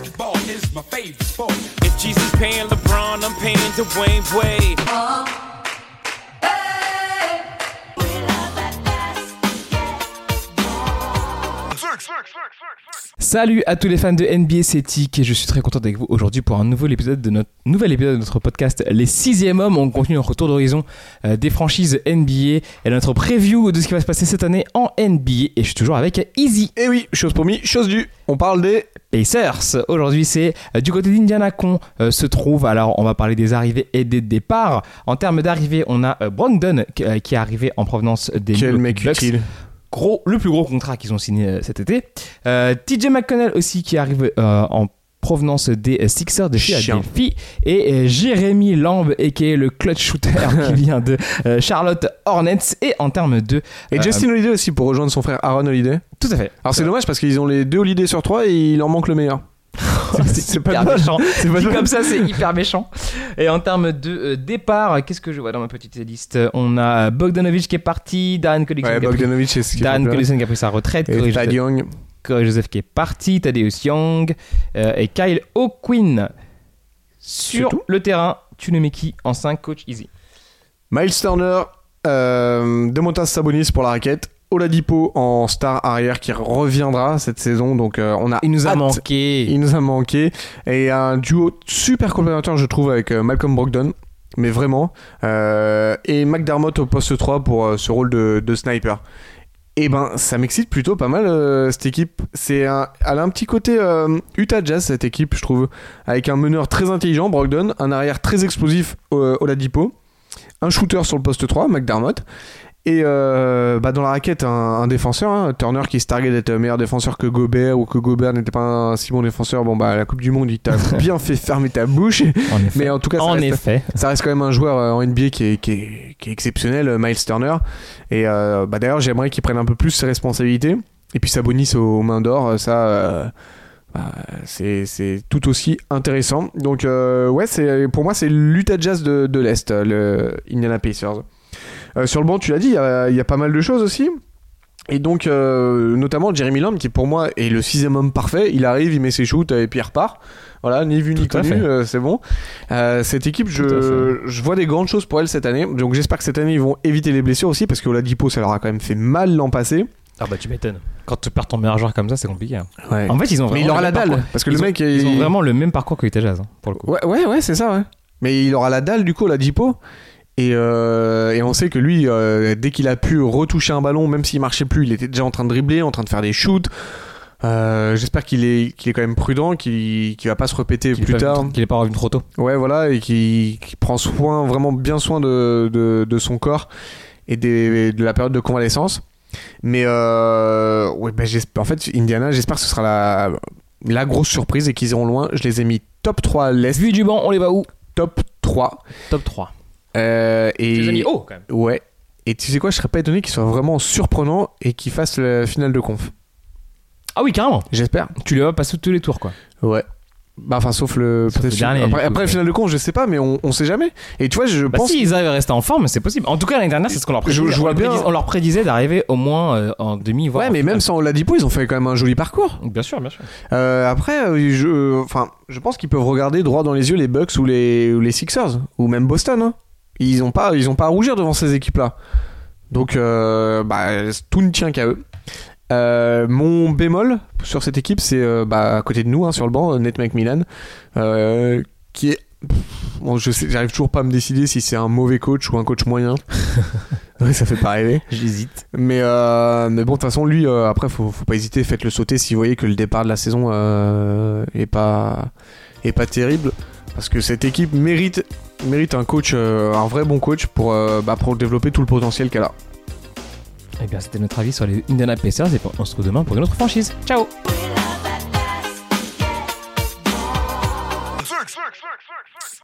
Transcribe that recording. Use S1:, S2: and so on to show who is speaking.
S1: basketball is my favorite sport. If Jesus paying LeBron, I'm paying Dwayne Wade.
S2: Salut à tous les fans de NBA, c'est Tic et je suis très content d'être avec vous aujourd'hui pour un nouvel épisode de notre podcast Les 6e hommes. On continue notre tour d'horizon des franchises NBA et notre preview de ce qui va se passer cette année en NBA. Et je suis toujours avec Easy.
S3: Et oui, chose promis, chose due. On parle des
S2: Pacers. Aujourd'hui, c'est du côté d'Indiana qu'on se trouve. Alors, on va parler des arrivées et des départs. En termes d'arrivées, on a Brogdon qui est arrivé en provenance des
S3: Quel mec
S2: Bucks.
S3: utile.
S2: Le plus gros contrat qu'ils ont signé cet été. TJ McConnell aussi qui arrive en provenance des Sixers de Philadelphie. Et Jérémy Lamb, a.k.a. le clutch shooter qui vient de Charlotte Hornets. Et en termes de...
S3: Et Justin Holiday aussi pour rejoindre son frère Aaron Holiday.
S2: Tout à fait.
S3: Alors c'est dommage parce qu'ils ont les 2 Holiday sur 3 et il en manque le meilleur.
S2: C'est pas méchant. C'est pas comme ça, c'est hyper méchant. Et en termes de départ, qu'est-ce que je vois dans ma petite liste? On a Bogdanovic qui est parti, Darren Collison qui a pris sa retraite, Corey Joseph qui est parti, Thaddeus Young et Kyle O'Quinn. Sur le terrain, tu ne mets qui en 5, coach Easy?
S3: Miles Turner, Domantas Sabonis pour la raquette, Oladipo en star arrière qui reviendra cette saison, donc
S2: il nous a manqué
S3: et un duo super complémentaire je trouve avec Malcolm Brogdon, mais vraiment, et McDermott au poste 3 pour ce rôle de sniper. Et ben ça m'excite plutôt pas mal cette équipe. Elle a un petit côté Utah Jazz cette équipe je trouve, avec un meneur très intelligent Brogdon, un arrière très explosif Oladipo, un shooter sur le poste 3 McDermott. Et dans la raquette, un défenseur, Turner qui se targuait d'être meilleur défenseur que Gobert, ou que Gobert n'était pas un si bon défenseur. Bon, la Coupe du Monde, il t'a bien fait fermer ta bouche.
S2: En effet.
S3: Mais en tout cas, ça reste quand même un joueur en NBA qui est exceptionnel, Miles Turner. Et d'ailleurs, j'aimerais qu'il prenne un peu plus ses responsabilités. Et puis Sabonis aux mains d'or, c'est tout aussi intéressant. Donc, pour moi, c'est l'Utah Jazz de l'Est, le Indiana Pacers. Sur le banc, tu l'as dit, il y a pas mal de choses aussi. Et donc, notamment Jérémy Lamb, qui pour moi est le 6e homme parfait. Il arrive, il met ses shoots et puis il repart. Voilà, ni vu ni connu, c'est bon. Cette équipe, je vois des grandes choses pour elle cette année. Donc j'espère que cette année, ils vont éviter les blessures aussi, parce que Oladipo, ça leur a quand même fait mal l'an passé.
S2: Ah bah tu m'étonnes. Quand tu perds ton meilleur joueur comme ça, c'est compliqué. Hein.
S3: Ouais.
S2: En fait, ils ont vraiment.
S3: Mais il aura la dalle. Parce que
S2: ils ont vraiment le même parcours que Utah Jazz, pour le coup.
S3: Ouais, c'est ça, ouais. Mais il aura la dalle, du coup, Oladipo. Et on sait que lui, dès qu'il a pu retoucher un ballon, même s'il marchait plus, il était déjà en train de dribbler, en train de faire des shoots. J'espère qu'il est quand même prudent, qu'il va pas se répéter plus tard.
S2: Qu'il est pas revenu trop tôt. Ouais,
S3: voilà, et qu'il prend vraiment bien soin de son corps et de la période de convalescence. Mais en fait, Indiana, j'espère que ce sera la grosse surprise et qu'ils iront loin. Je les ai mis top 3 à l'Est.
S2: Vu du banc, on les va où?
S3: Top 3.
S2: Top 3.
S3: Tu
S2: les as mis haut quand même.
S3: Ouais. Et tu sais quoi, je serais pas étonné qu'ils soient vraiment surprenants et qu'ils fassent la finale de conf.
S2: Ah oui, carrément.
S3: J'espère.
S2: Tu les vas passer tous les tours, quoi.
S3: Ouais. Sauf le
S2: dernier.
S3: Après la finale de conf, je sais pas, mais on sait jamais. Et tu vois, je pense.
S2: Si ils arrivent à rester en forme, c'est possible. En tout cas, l'année dernière, c'est ce qu'on leur prédisait. On leur prédisait d'arriver au moins en demi, voire.
S3: Ouais, mais même sans Oladipo, ils ont fait quand même un joli parcours.
S2: Bien sûr.
S3: Après, je pense qu'ils peuvent regarder droit dans les yeux les Bucks ou les Sixers ou même Boston. Hein. Ils ont pas à rougir devant ces équipes-là. Donc, tout ne tient qu'à eux. Mon bémol sur cette équipe, c'est à côté de nous, sur le banc, Nate McMillan, qui est. J'arrive toujours pas à me décider si c'est un mauvais coach ou un coach moyen. Ouais, ça fait pas rêver.
S2: J'hésite.
S3: Mais bon, de toute façon, lui, après, faut pas hésiter, faites-le sauter si vous voyez que le départ de la saison est pas terrible. Parce que cette équipe mérite un coach, un vrai bon coach pour développer tout le potentiel qu'elle a.
S2: Eh bien, c'était notre avis sur les Indiana Pacers et on se retrouve demain pour une autre franchise. Ciao!